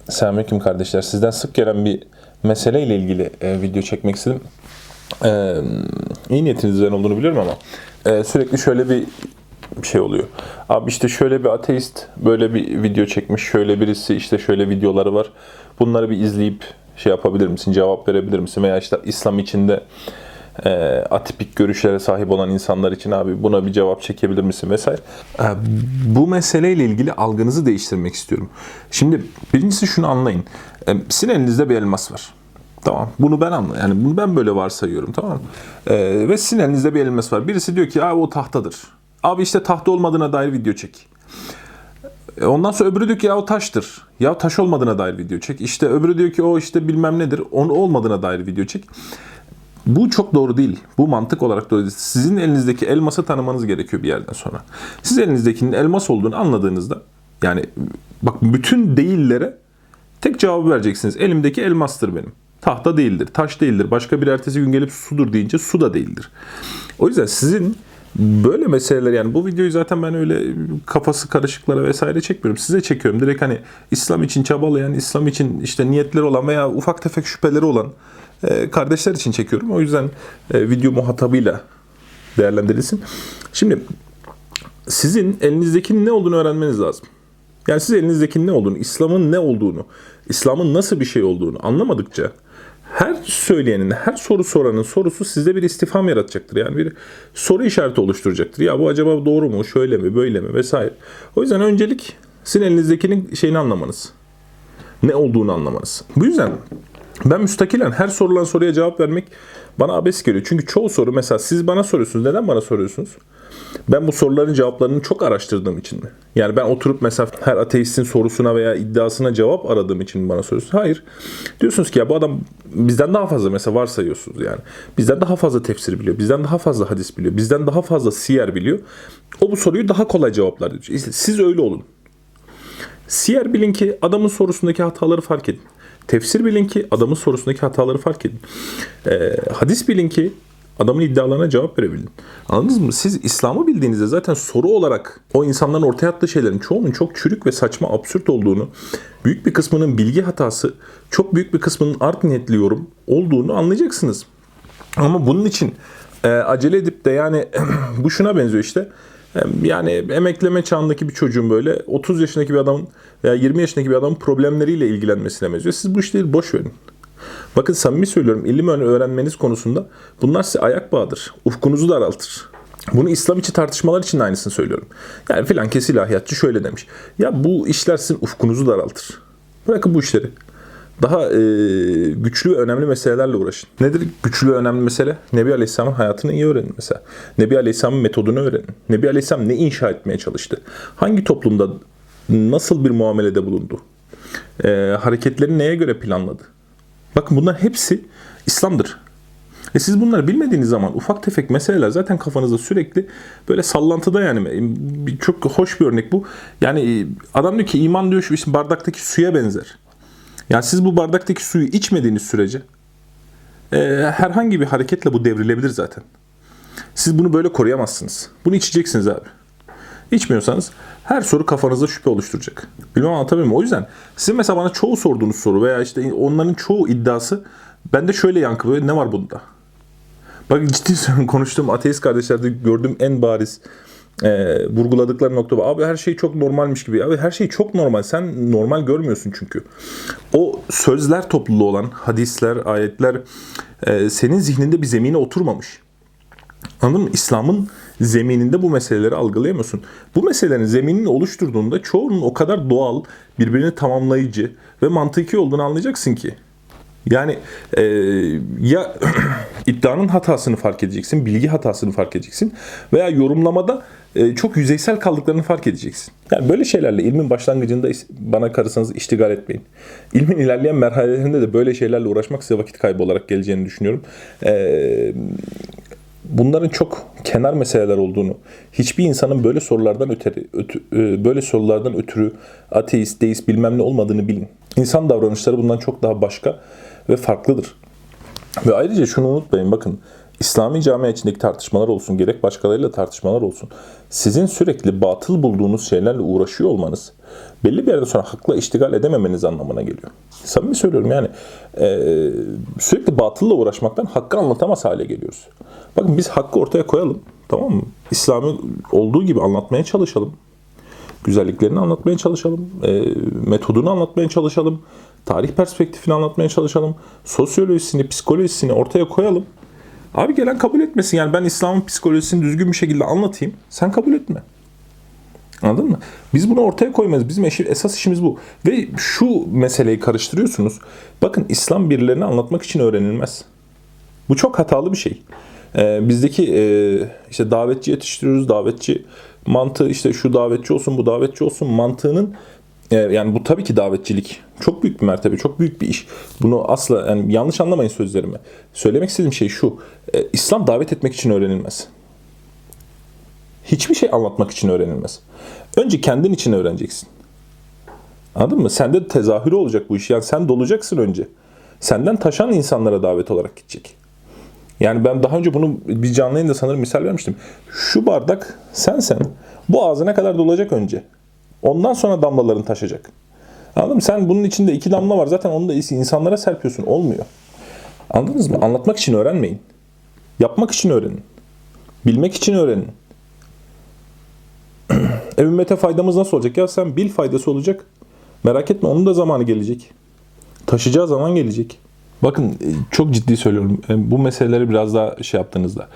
Selamünaleyküm kardeşler. Sizden sık gelen bir meseleyle ilgili video çekmek istedim. İyi niyetinizden olduğunu biliyorum ama sürekli şöyle bir şey oluyor. Abi işte şöyle bir ateist böyle bir video çekmiş, şöyle birisi işte şöyle videoları var. Bunları bir izleyip şey yapabilir misin, cevap verebilir misin? Veya işte İslam içinde atipik görüşlere sahip olan insanlar için abi buna bir cevap çekebilir misin vesaire. Bu meseleyle ilgili algınızı değiştirmek istiyorum. Şimdi birincisi şunu anlayın. Sizin elinizde bir elmas var. Tamam. Bunu ben anlayayım. Yani bunu ben böyle varsayıyorum. Tamam mı? Ve sizin elinizde bir elmas var. Birisi diyor ki abi o tahtadır. Abi işte tahta olmadığına dair video çek. Ondan sonra öbürü diyor ki ya o taştır. Ya taş olmadığına dair video çek. İşte öbürü diyor ki o işte bilmem nedir. Onun olmadığına dair video çek. Bu çok doğru değil. Bu mantık olarak doğru değil. Sizin elinizdeki elması tanımanız gerekiyor bir yerden sonra. Siz elinizdekinin elmas olduğunu anladığınızda yani bak bütün değillere tek cevabı vereceksiniz. Elimdeki elmastır benim. Tahta değildir, taş değildir. Başka bir ertesi gün gelip sudur deyince su da değildir. O yüzden sizin böyle meseleler yani bu videoyu zaten ben öyle kafası karışıklara vesaire çekmiyorum. Size çekiyorum. Direkt hani İslam için çabalayan, İslam için işte niyetleri olan veya ufak tefek şüpheleri olan kardeşler için çekiyorum. O yüzden video muhatabıyla değerlendirilsin. Şimdi sizin elinizdekinin ne olduğunu öğrenmeniz lazım. Yani siz elinizdekinin ne olduğunu, İslam'ın ne olduğunu, İslam'ın nasıl bir şey olduğunu anlamadıkça her söyleyenin, her soru soranın sorusu sizde bir istifham yaratacaktır. Yani bir soru işareti oluşturacaktır. Ya bu acaba doğru mu, şöyle mi, böyle mi vesaire. O yüzden öncelik sizin elinizdekinin şeyini anlamanız. Ne olduğunu anlamanız. Bu yüzden ben müstakilen her sorulan soruya cevap vermek bana abes geliyor. Çünkü çoğu soru mesela siz bana soruyorsunuz. Neden bana soruyorsunuz? Ben bu soruların cevaplarını çok araştırdığım için mi? Yani ben oturup mesela her ateistin sorusuna veya iddiasına cevap aradığım için mi bana soruyorsunuz? Hayır. Diyorsunuz ki ya bu adam bizden daha fazla mesela varsayıyorsunuz yani. Bizden daha fazla tefsir biliyor. Bizden daha fazla hadis biliyor. Bizden daha fazla siyer biliyor. O bu soruyu daha kolay cevaplar diyor. Siz öyle olun. Siyer bilin ki adamın sorusundaki hataları fark edin. Tefsir bilin ki adamın sorusundaki hataları fark edin. Hadis bilin ki adamın iddialarına cevap verebilin. Anladınız mı? Siz İslam'ı bildiğinizde zaten soru olarak o insanların ortaya attığı şeylerin çoğunun çok çürük ve saçma, absürt olduğunu, büyük bir kısmının bilgi hatası, çok büyük bir kısmının art niyetli yorum olduğunu anlayacaksınız. Ama bunun için acele edip de yani bu şuna benziyor işte. Yani emekleme çağındaki bir çocuğun böyle 30 yaşındaki bir adamın veya 20 yaşındaki bir adamın problemleriyle ilgilenmesine benziyor. Siz bu işleri boş verin. Bakın samimi söylüyorum ilim öğrenmeniz konusunda bunlar size ayak bağıdır. Ufkunuzu daraltır. Bunu İslam içi tartışmalar için de aynısını söylüyorum. Yani filan kes ilahiyatçı şöyle demiş. Ya bu işler sizin ufkunuzu daraltır. Bırakın bu işleri. Daha güçlü ve önemli meselelerle uğraşın. Nedir güçlü ve önemli mesele? Nebi Aleyhisselam'ın hayatını iyi öğrenin mesela. Nebi Aleyhisselam'ın metodunu öğrenin. Nebi Aleyhisselam ne inşa etmeye çalıştı? Hangi toplumda nasıl bir muamelede bulundu? Hareketlerini neye göre planladı? Bakın bunlar hepsi İslam'dır. Siz bunları bilmediğiniz zaman ufak tefek meseleler zaten kafanızda sürekli böyle sallantıda yani. Çok hoş bir örnek bu. Yani adam diyor ki iman diyor şu işte bardaktaki suya benzer. Yani siz bu bardaktaki suyu içmediğiniz sürece herhangi bir hareketle bu devrilebilir zaten. Siz bunu böyle koruyamazsınız. Bunu içeceksiniz abi. İçmiyorsanız her soru kafanızda şüphe oluşturacak. Bilmem anlatabiliyor muyum? O yüzden sizin mesela bana çoğu sorduğunuz soru veya işte onların çoğu iddiası bende şöyle yankı böyle ne var bunda? Bakın ciddi söylüyorum konuştuğum ateist kardeşlerde gördüğüm en bariz vurguladıkları nokta bu. Abi her şey çok normalmiş gibi. Abi her şey çok normal. Sen normal görmüyorsun çünkü. O sözler topluluğu olan hadisler, ayetler senin zihninde bir zemine oturmamış. Anladın mı? İslam'ın zemininde bu meseleleri algılayamıyorsun. Bu meselelerin zeminini oluşturduğunda çoğunun o kadar doğal, birbirini tamamlayıcı ve mantıki olduğunu anlayacaksın ki. Yani ya iddianın hatasını fark edeceksin, bilgi hatasını fark edeceksin veya yorumlamada çok yüzeysel kaldıklarını fark edeceksin. Yani böyle şeylerle ilmin başlangıcında bana karısanız iştigal etmeyin. İlmin ilerleyen merhalelerinde de böyle şeylerle uğraşmak size vakit kaybı olarak geleceğini düşünüyorum. Bunların çok kenar meseleler olduğunu, hiçbir insanın böyle sorulardan ötürü ateist, deist bilmem ne olmadığını bilin. İnsan davranışları bundan çok daha başka ve farklıdır. Ve ayrıca şunu unutmayın bakın İslami camia içindeki tartışmalar olsun, gerek başkalarıyla tartışmalar olsun, sizin sürekli batıl bulduğunuz şeylerle uğraşıyor olmanız belli bir yerden sonra hakla iştigal edememeniz anlamına geliyor. Samimi söylüyorum yani sürekli batılla uğraşmaktan hakkı anlatamaz hale geliyoruz. Bakın biz hakkı ortaya koyalım, tamam mı? İslam'ı olduğu gibi anlatmaya çalışalım. Güzelliklerini anlatmaya çalışalım. Metodunu anlatmaya çalışalım. Tarih perspektifini anlatmaya çalışalım. Sosyolojisini, psikolojisini ortaya koyalım. Abi gelen kabul etmesin. Yani ben İslam'ın psikolojisini düzgün bir şekilde anlatayım. Sen kabul etme. Anladın mı? Biz bunu ortaya koymayız. Bizim esas işimiz bu. Ve şu meseleyi karıştırıyorsunuz. Bakın İslam birilerini anlatmak için öğrenilmez. Bu çok hatalı bir şey. Bizdeki işte davetçi yetiştiriyoruz. Davetçi mantığı işte şu davetçi olsun, bu davetçi olsun mantığının yani bu tabii ki davetçilik. Çok büyük bir mertebe, çok büyük bir iş. Bunu asla yani yanlış anlamayın sözlerimi. Söylemek istediğim şey şu. İslam davet etmek için öğrenilmez. Hiçbir şey anlatmak için öğrenilmez. Önce kendin için öğreneceksin. Anladın mı? Sende de tezahürü olacak bu iş. Yani sen dolacaksın önce. Senden taşan insanlara davet olarak gidecek. Yani ben daha önce bunu bir canlı yayında sanırım misal vermiştim. Şu bardak sen. Bu ağzına kadar dolacak önce. Ondan sonra damlaların taşacak. Anladın mı? Sen bunun içinde 2 damla var. Zaten onu da insanlara serpiyorsun. Olmuyor. Anladınız mı? Anlatmak için öğrenmeyin. Yapmak için öğrenin. Bilmek için öğrenin. Ümmete faydamız nasıl olacak? Ya sen bil, faydası olacak. Merak etme, onun da zamanı gelecek. Taşıyacağı zaman gelecek. Bakın çok ciddi söylüyorum. Bu meseleleri biraz daha şey yaptığınızda,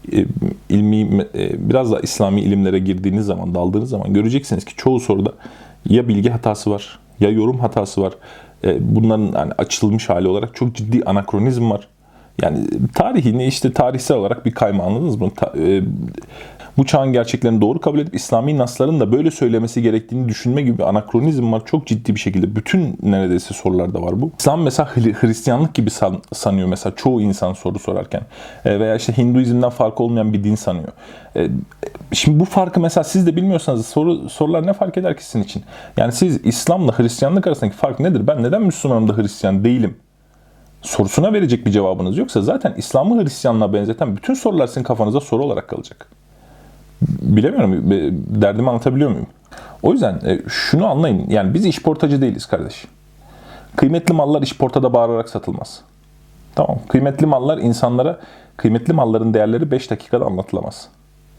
biraz daha İslami ilimlere girdiğiniz zaman, daldığınız zaman göreceksiniz ki çoğu soruda ya bilgi hatası var, ya yorum hatası var. Bunların yani açılmış hali olarak çok ciddi anakronizm var. Yani tarihini işte tarihsel olarak bir kayma, anladınız mı? Bu çağın gerçeklerini doğru kabul edip İslami nasların da böyle söylemesi gerektiğini düşünme gibi bir anakronizm var. Çok ciddi bir şekilde. Bütün neredeyse sorularda var bu. İslam mesela Hristiyanlık gibi sanıyor mesela çoğu insan soru sorarken. Veya işte Hinduizm'den farkı olmayan bir din sanıyor. Şimdi bu farkı mesela siz de bilmiyorsanız sorular ne fark eder ki sizin için? Yani siz İslam'la Hristiyanlık arasındaki fark nedir? Ben neden Müslümanım da Hristiyan değilim sorusuna verecek bir cevabınız yoksa zaten İslam'ı Hristiyanlığa benzeten bütün sorular sizin kafanızda soru olarak kalacak. Bilemiyorum, derdimi anlatabiliyor muyum? O yüzden şunu anlayın, yani biz işportacı değiliz kardeş. Kıymetli mallar işportada bağırarak satılmaz. Tamam, kıymetli mallar insanlara, kıymetli malların değerleri 5 dakikada anlatılamaz.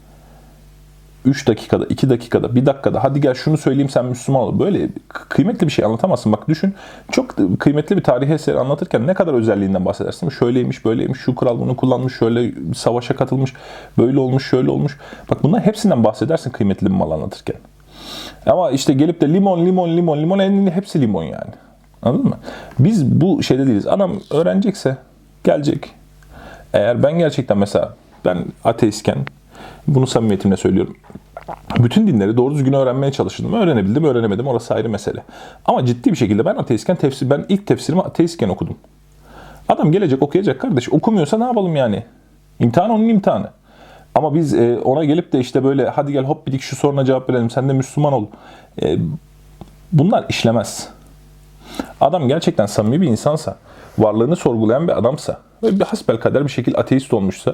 3 dakikada, 2 dakikada, 1 dakikada hadi gel şunu söyleyeyim sen Müslüman ol. Böyle kıymetli bir şey anlatamazsın. Bak düşün, çok kıymetli bir tarihi eseri anlatırken ne kadar özelliğinden bahsedersin. Şöyleymiş, böyleymiş, şu kral bunu kullanmış, şöyle savaşa katılmış, böyle olmuş, şöyle olmuş. Bak bunların hepsinden bahsedersin kıymetli bir mal anlatırken. Ama işte gelip de limon, en hepsi limon yani. Anladın mı? Biz bu şeyde değiliz. Adam öğrenecekse gelecek. Eğer ben gerçekten mesela ben ateistken, bunu samimiyetimle söylüyorum, bütün dinleri doğru düzgün öğrenmeye çalıştım. Öğrenebildim, öğrenemedim. Orası ayrı mesele. Ama ciddi bir şekilde ben ateistken ben ilk tefsirimi ateistken okudum. Adam gelecek okuyacak kardeş. Okumuyorsa ne yapalım yani? İmtihan onun imtihanı. Ama biz ona gelip de işte böyle hadi gel hop bidik şu soruna cevap verelim. Sen de Müslüman ol. Bunlar işlemez. Adam gerçekten samimi bir insansa, varlığını sorgulayan bir adamsa ve bir hasbelkader bir şekilde ateist olmuşsa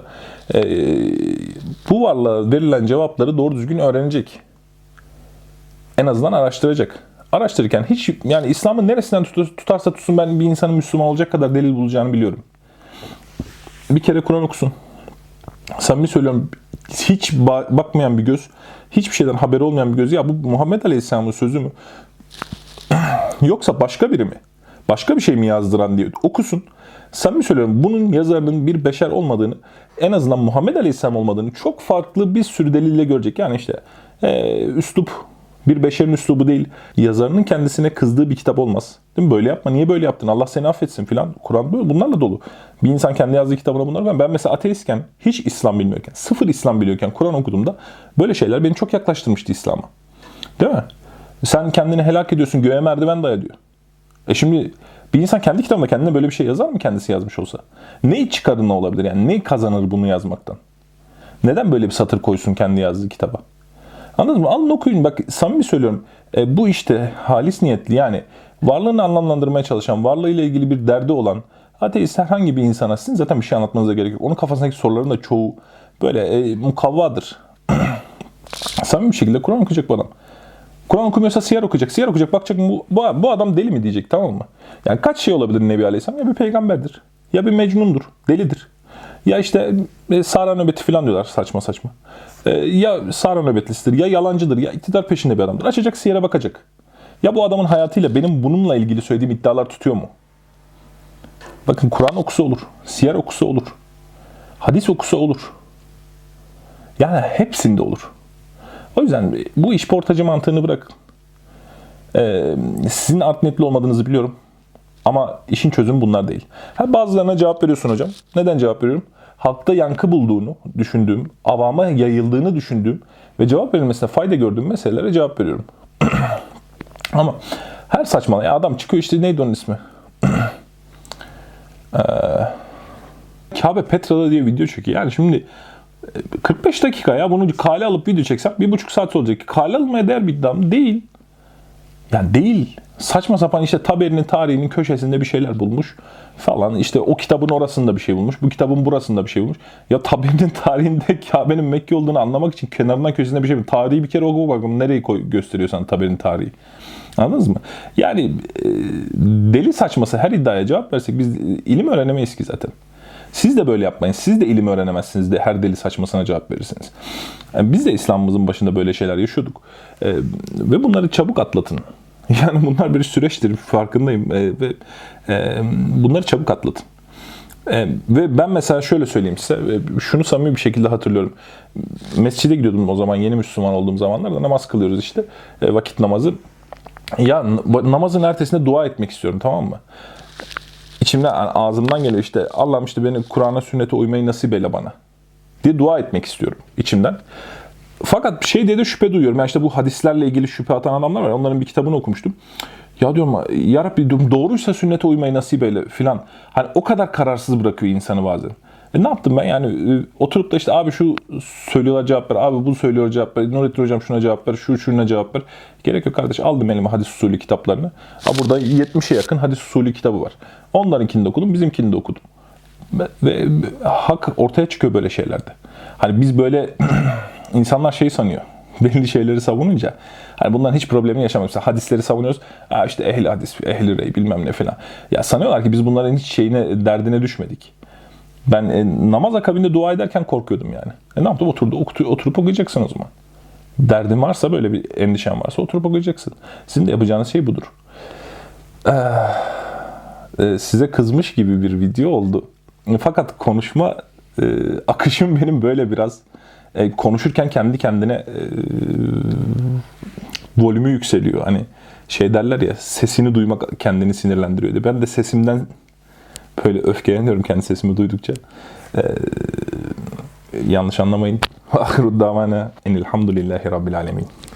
bu varlığa verilen cevapları doğru düzgün öğrenecek. En azından araştıracak. Araştırırken hiç yani İslam'ın neresinden tutarsa tutsun ben bir insanın Müslüman olacak kadar delil bulacağını biliyorum. Bir kere Kur'an okusun. Samimi söylüyorum, hiç bakmayan bir göz, hiçbir şeyden haberi olmayan bir göz, ya bu Muhammed Aleyhisselam'ın sözü mü? Yoksa başka biri mi? Başka bir şey mi yazdıran diye okusun. Samimi söylüyorum, bunun yazarının bir beşer olmadığını, en azından Muhammed Aleyhisselam olmadığını çok farklı bir sürü delille görecek. Yani işte üslup bir beşerin üslubu değil. Yazarının kendisine kızdığı bir kitap olmaz. Değil mi? Böyle yapma, niye böyle yaptın? Allah seni affetsin filan. Kur'an böyle, bunlarla dolu. Bir insan kendi yazdığı kitabına bunlar. Ben mesela ateistken, hiç İslam bilmiyorken, sıfır İslam biliyorken Kur'an okuduğumda böyle şeyler beni çok yaklaştırmıştı İslam'a. Değil mi? Sen kendini helak ediyorsun, göğe merdiven daya diyor. Şimdi bir insan kendi kitabında kendine böyle bir şey yazar mı, kendisi yazmış olsa? Ne çıkarını olabilir yani? Ne kazanır bunu yazmaktan? Neden böyle bir satır koysun kendi yazdığı kitaba? Anladın mı? Alın okuyun. Bak samimi söylüyorum. Bu işte halis niyetli, yani varlığını anlamlandırmaya çalışan, varlığıyla ilgili bir derdi olan ateist herhangi bir insana sizin zaten bir şey anlatmanıza gerek yok. Onun kafasındaki soruların da çoğu böyle mukavvadır. Samimi bir şekilde Kur'an okuyacak bu adam. Kur'an okumuyorsa siyer okuyacak. Siyer okuyacak. Bakacak bu adam deli mi diyecek, tamam mı? Yani kaç şey olabilir Nebi Aleyhisselam? Ya bir peygamberdir. Ya bir mecnundur. Delidir. Ya işte Sara nöbeti falan diyorlar saçma saçma. Ya Sara nöbetlisidir. Ya yalancıdır. Ya iktidar peşinde bir adamdır. Açacak siyere bakacak. Ya bu adamın hayatıyla benim bununla ilgili söylediğim iddialar tutuyor mu? Bakın Kur'an okusu olur. Siyer okusu olur. Hadis okusu olur. Yani hepsinde olur. O yüzden bu işportacı mantığını bırakın. Sizin art niyetli olmadığınızı biliyorum. Ama işin çözümü bunlar değil. Bazılarına cevap veriyorsun hocam. Neden cevap veriyorum? Halkta yankı bulduğunu düşündüğüm, avama yayıldığını düşündüğüm ve cevap verilmesine fayda gördüğüm meselelere cevap veriyorum. Ama her saçmalama. Ya adam çıkıyor işte, neydi onun ismi? Kabe Petra'da diye video çekiyor. Yani şimdi 45 dakika ya bunu kale alıp video çeksem 1,5 saat olacak. Kale almaya değer bir iddia mı? Değil. Yani değil. Saçma sapan işte Taberi'nin tarihinin köşesinde bir şeyler bulmuş falan. İşte o kitabın orasında bir şey bulmuş. Bu kitabın burasında bir şey bulmuş. Ya Taberi'nin tarihinde Kabe'nin Mekke olduğunu anlamak için kenarından köşesinde bir şey bulmuş. Tarihi bir kere oku bakalım. Nereyi gösteriyorsan Taberi'nin tarihi. Anladınız mı? Yani deli saçması her iddiaya cevap versek biz ilim öğrenemeyiz ki zaten. Siz de böyle yapmayın. Siz de ilim öğrenemezsiniz de her deli saçmasına cevap verirsiniz. Yani biz de İslam'ımızın başında böyle şeyler yaşıyorduk. Ve bunları çabuk atlatın. Yani bunlar bir süreçtir, farkındayım. Ve bunları çabuk atlatın. Ve ben mesela şöyle söyleyeyim size, şunu samimi bir şekilde hatırlıyorum. Mescide gidiyordum o zaman, yeni Müslüman olduğum zamanlarda namaz kılıyoruz işte, vakit namazı. Ya namazın ertesinde dua etmek istiyorum, tamam mı? İçimden, ağzımdan geliyor işte, Allah'ım işte beni Kur'an'a, sünnete uymayı nasip eyle bana diye dua etmek istiyorum içimden. Fakat şey diye de şüphe duyuyorum. Yani işte bu hadislerle ilgili şüphe atan adamlar var. Onların bir kitabını okumuştum. Ya diyorum, ya Rabbi diyorum, doğruysa sünnete uymayı nasip eyle filan. Hani o kadar kararsız bırakıyor insanı bazen. Ne yaptım ben yani, oturup da işte abi şu söylüyorlar cevap ver, abi bu söylüyor cevap ver, Nurettin hocam şuna cevap ver, şuna cevap ver. Gerek yok kardeş, aldım elime hadis usulü kitaplarını. Burada 70'e yakın hadis usulü kitabı var. Onlarınkini de okudum, bizimkini de okudum. Ve hak ortaya çıkıyor böyle şeylerde. Hani biz böyle insanlar şey sanıyor. Belli şeyleri savununca hani bunların hiç problemi yaşamıyoruz. Mesela hadisleri savunuyoruz. İşte ehli hadis, ehli rey bilmem ne falan. Ya sanıyorlar ki biz bunların hiç derdine düşmedik. Ben namaz akabinde dua ederken korkuyordum yani. Ne yaptım? Oturup okuyacaksın o zaman. Derdin varsa, böyle bir endişen varsa oturup okuyacaksın. Sizin de yapacağınız şey budur. Size kızmış gibi bir video oldu. Fakat konuşma akışım benim böyle biraz konuşurken kendi kendine volümü yükseliyor. Hani şey derler ya, sesini duymak kendini sinirlendiriyordu. Ben de sesimden böyle öfkeleniyorum kendi sesimi duydukça. Yanlış anlamayın. Ahirud davana enilhamdülillahi rabbil alemin.